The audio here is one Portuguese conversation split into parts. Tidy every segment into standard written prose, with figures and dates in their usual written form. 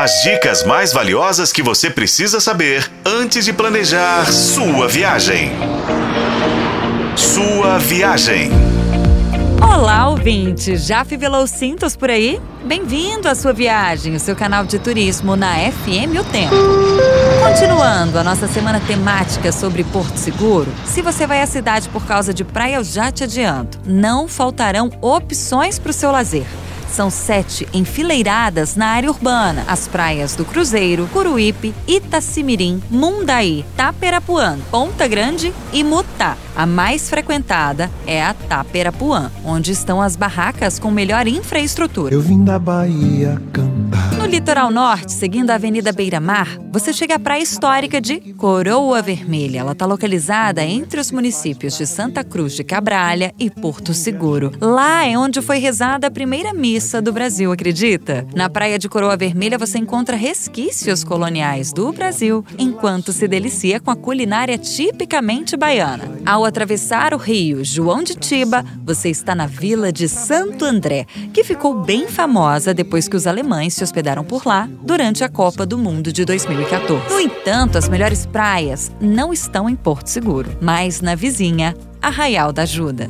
As dicas mais valiosas que você precisa saber antes de planejar sua viagem. Sua viagem. Olá, ouvinte! Já fivelou os cintos por aí? Bem-vindo à Sua Viagem, o seu canal de turismo na FM O Tempo. Continuando a nossa semana temática sobre Porto Seguro, se você vai à cidade por causa de praia, eu já te adianto, não faltarão opções para o seu lazer. São 7 enfileiradas na área urbana. As praias do Cruzeiro, Curuípe, Itacimirim, Mundaí, Taperapuã, Ponta Grande e Mutá. A mais frequentada é a Taperapuã, onde estão as barracas com melhor infraestrutura. Eu vim da Bahia cantar. No litoral norte, seguindo a Avenida Beira-Mar, você chega à praia histórica de Coroa Vermelha. Ela está localizada entre os municípios de Santa Cruz de Cabralha e Porto Seguro. Lá é onde foi rezada a primeira missa do Brasil, acredita? Na praia de Coroa Vermelha você encontra resquícios coloniais do Brasil, enquanto se delicia com a culinária tipicamente baiana. Ao atravessar o rio João de Tiba, você está na vila de Santo André, que ficou bem famosa depois que os alemães se hospedaram por lá durante a Copa do Mundo de 2014. No entanto, as melhores praias não estão em Porto Seguro, mas na vizinha Arraial da Ajuda.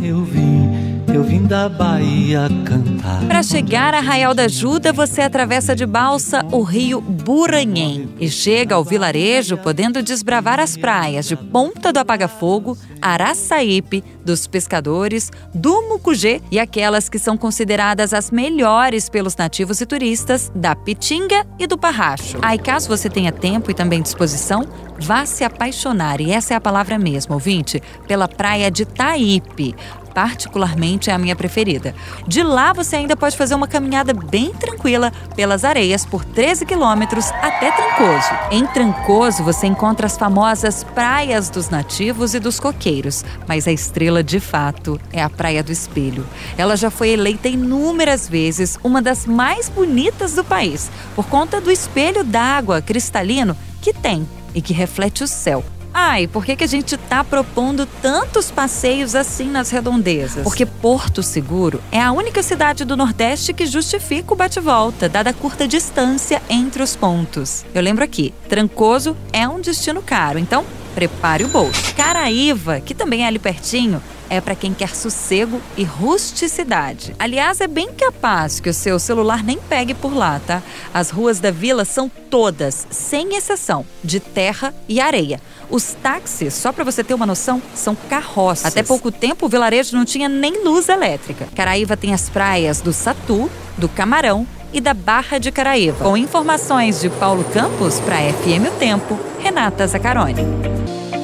Eu vim da Bahia cantar. Para chegar a Arraial da Ajuda, você atravessa de balsa o rio Buranhém e chega ao vilarejo podendo desbravar as praias de Ponta do Apagafogo, Araçaípe, dos Pescadores, do Mucugê e aquelas que são consideradas as melhores pelos nativos e turistas, da Pitinga e do Parracho. Aí, caso você tenha tempo e também disposição, vá se apaixonar, e essa é a palavra mesmo, ouvinte, pela praia de Taípe. Particularmente é a minha preferida. De lá você ainda pode fazer uma caminhada bem tranquila pelas areias por 13 quilômetros até Trancoso. Em Trancoso você encontra as famosas praias dos nativos e dos coqueiros, mas a estrela de fato é a Praia do Espelho. Ela já foi eleita inúmeras vezes uma das mais bonitas do país, por conta do espelho d'água cristalino que tem e que reflete o céu. E por que a gente está propondo tantos passeios assim nas redondezas? Porque Porto Seguro é a única cidade do Nordeste que justifica o bate-volta, dada a curta distância entre os pontos. Eu lembro aqui, Trancoso é um destino caro, então prepare o bolso. Caraíva, que também é ali pertinho, é para quem quer sossego e rusticidade. Aliás, é bem capaz que o seu celular nem pegue por lá, tá? As ruas da vila são todas, sem exceção, de terra e areia. Os táxis, só para você ter uma noção, são carroças. Até pouco tempo, o vilarejo não tinha nem luz elétrica. Caraíva tem as praias do Satu, do Camarão e da Barra de Caraíva. Com informações de Paulo Campos para FM O Tempo, Renata Zaccaroni.